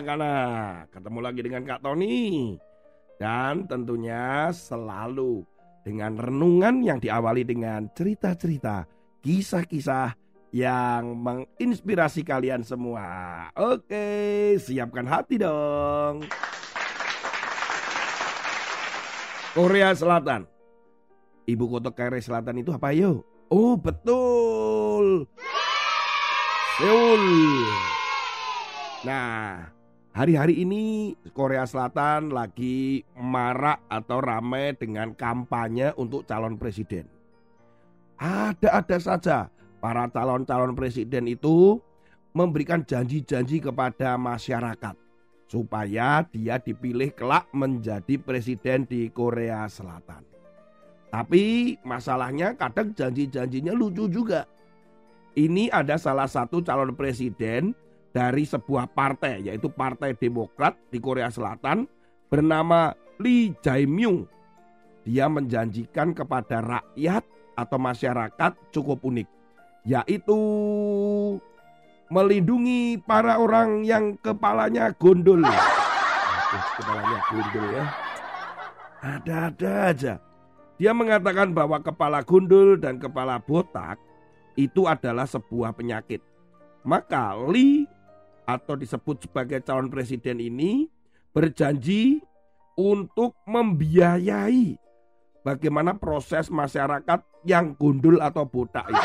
anak-anak, ketemu lagi dengan Kak Tony. Dan tentunya selalu dengan renungan yang diawali dengan cerita-cerita, kisah-kisah yang menginspirasi kalian semua. Oke, siapkan hati dong. Korea Selatan. Ibu kota Korea Selatan itu apa yo? Oh betul, Seoul. Nah, hari-hari ini Korea Selatan lagi marak atau ramai dengan kampanye untuk calon presiden. Ada-ada saja para calon-calon presiden itu memberikan janji-janji kepada masyarakat supaya dia dipilih kelak menjadi presiden di Korea Selatan. Tapi masalahnya kadang janji-janjinya lucu juga. Ini ada salah satu calon presiden dari sebuah partai, yaitu Partai Demokrat di Korea Selatan, bernama Lee Jae-myung. Dia menjanjikan kepada rakyat atau masyarakat cukup unik, yaitu melindungi para orang yang kepalanya gondol. Kepalanya gondol ya. Ada-ada aja. Dia mengatakan bahwa kepala gondol dan kepala botak itu adalah sebuah penyakit. Maka Lee atau disebut sebagai calon presiden ini berjanji untuk membiayai bagaimana proses masyarakat yang gundul atau botak itu.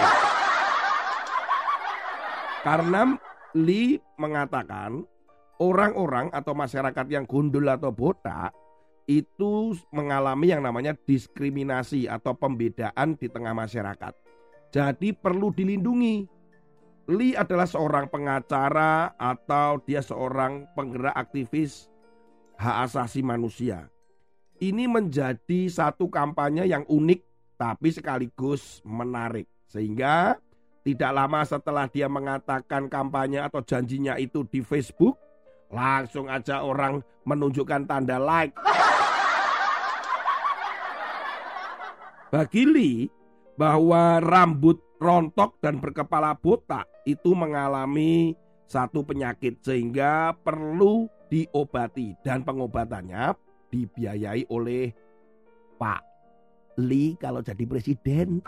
Karena Lee mengatakan orang-orang atau masyarakat yang gundul atau botak itu mengalami yang namanya diskriminasi atau pembedaan di tengah masyarakat. Jadi perlu dilindungi. Lee adalah seorang pengacara atau dia seorang penggerak aktivis hak asasi manusia. Ini menjadi satu kampanye yang unik tapi sekaligus menarik. Sehingga tidak lama setelah dia mengatakan kampanye atau janjinya itu di Facebook, langsung aja orang menunjukkan tanda like. Bagi Lee, bahwa rambut rontok dan berkepala botak itu mengalami satu penyakit sehingga perlu diobati dan pengobatannya dibiayai oleh Pak Lee kalau jadi presiden.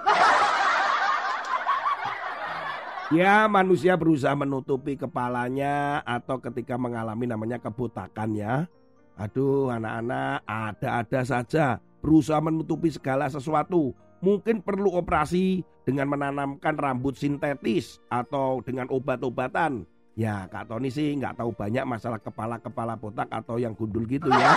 Ya, manusia berusaha menutupi kepalanya atau ketika mengalami namanya kebotakan ya. Aduh anak-anak, ada-ada saja berusaha menutupi segala sesuatu. Mungkin perlu operasi dengan menanamkan rambut sintetis atau dengan obat-obatan. Ya Kak Tony sih nggak tahu banyak masalah kepala botak atau yang gundul gitu ya.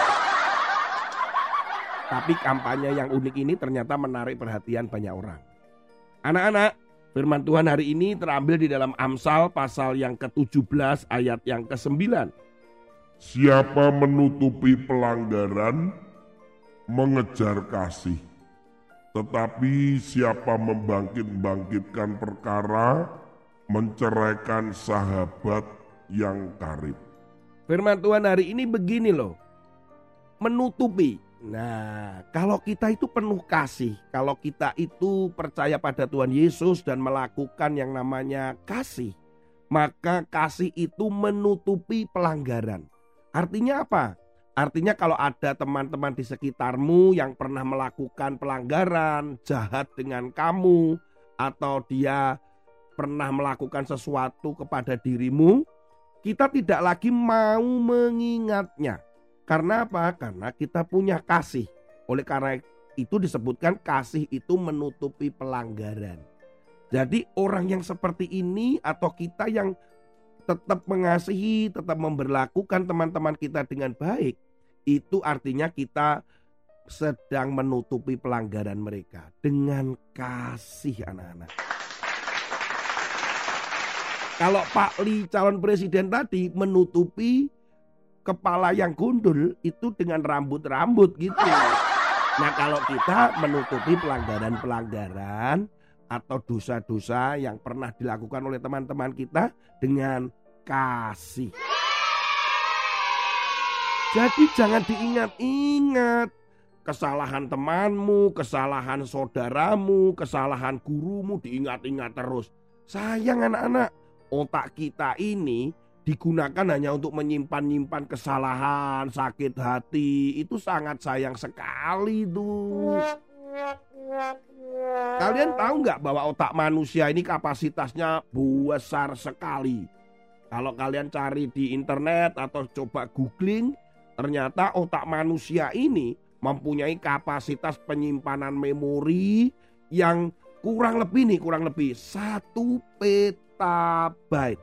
Tapi kampanye yang unik ini ternyata menarik perhatian banyak orang. Anak-anak, firman Tuhan hari ini terambil di dalam Amsal pasal yang ke-17 ayat yang ke-9. Siapa menutupi pelanggaran, mengejar kasih. Tetapi siapa membangkit-bangkitkan perkara, menceraikan sahabat yang karib. Firman Tuhan hari ini begini loh, menutupi. Nah, kalau kita itu penuh kasih, kalau kita itu percaya pada Tuhan Yesus dan melakukan yang namanya kasih, maka kasih itu menutupi pelanggaran. Artinya apa? Artinya kalau ada teman-teman di sekitarmu yang pernah melakukan pelanggaran, jahat dengan kamu, atau dia pernah melakukan sesuatu kepada dirimu, kita tidak lagi mau mengingatnya. Karena apa? Karena kita punya kasih. Oleh karena itu disebutkan kasih itu menutupi pelanggaran. Jadi orang yang seperti ini atau kita yang tetap mengasihi, tetap memberlakukan teman-teman kita dengan baik, itu artinya kita sedang menutupi pelanggaran mereka dengan kasih anak-anak. Kalau Pak Lee calon presiden tadi menutupi kepala yang gundul itu dengan rambut-rambut gitu. Nah kalau kita menutupi pelanggaran-pelanggaran atau dosa-dosa yang pernah dilakukan oleh teman-teman kita dengan kasih. Jadi jangan diingat-ingat kesalahan temanmu, kesalahan saudaramu, kesalahan gurumu diingat-ingat terus. Sayang anak-anak, otak kita ini digunakan hanya untuk menyimpan-nyimpan kesalahan, sakit hati, itu sangat sayang sekali tuh. Kalian tahu nggak bahwa otak manusia ini kapasitasnya besar sekali? Kalau kalian cari di internet atau coba googling, ternyata otak manusia ini mempunyai kapasitas penyimpanan memori yang kurang lebih 1 petabyte.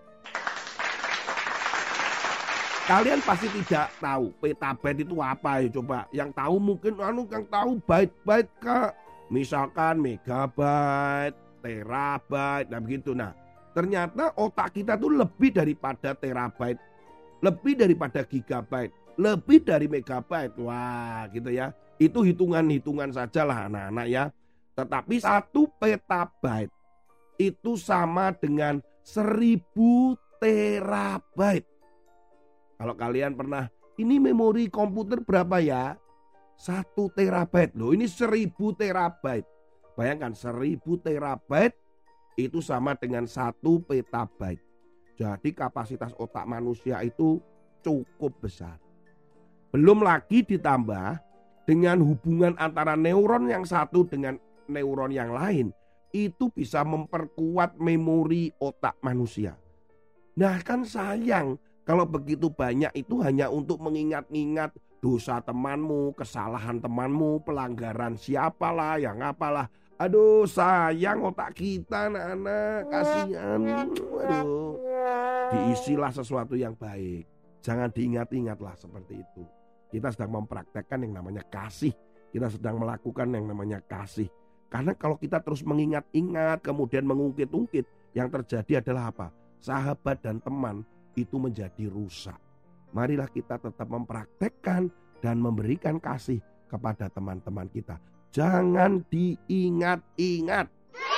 Kalian pasti tidak tahu petabyte itu apa ya coba. Yang tahu mungkin yang tahu byte-byte Kak. Misalkan megabyte, terabyte, dan begitu. Nah, ternyata otak kita tuh lebih daripada terabyte, lebih daripada gigabyte, lebih dari megabyte. Wah, gitu ya. Itu hitungan-hitungan saja lah anak-anak ya. Tetapi 1 petabyte itu sama dengan 1000 terabyte. Kalau kalian pernah, ini memori komputer berapa ya? 1 terabyte loh, ini 1000 terabyte. Bayangkan 1000 terabyte itu sama dengan 1 petabyte. Jadi kapasitas otak manusia itu cukup besar. Belum lagi ditambah dengan hubungan antara neuron yang satu dengan neuron yang lain. Itu bisa memperkuat memori otak manusia. Nah kan sayang kalau begitu banyak itu hanya untuk mengingat-ingat dosa temanmu, kesalahan temanmu, pelanggaran siapalah, yang apalah. Aduh sayang otak kita anak-anak, kasihan. Aduh, diisilah sesuatu yang baik. Jangan diingat-ingatlah seperti itu. Kita sedang mempraktekkan yang namanya kasih. Kita sedang melakukan yang namanya kasih. Karena kalau kita terus mengingat-ingat, kemudian mengungkit-ungkit, yang terjadi adalah apa? Sahabat dan teman itu menjadi rusak. Marilah kita tetap mempraktekkan dan memberikan kasih kepada teman-teman kita. Jangan diingat-ingat.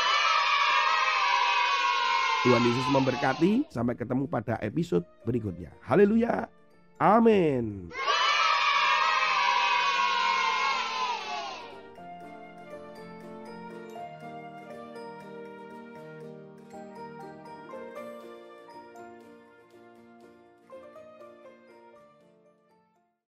Tuhan Yesus memberkati. Sampai ketemu pada episode berikutnya. Haleluya. Amin.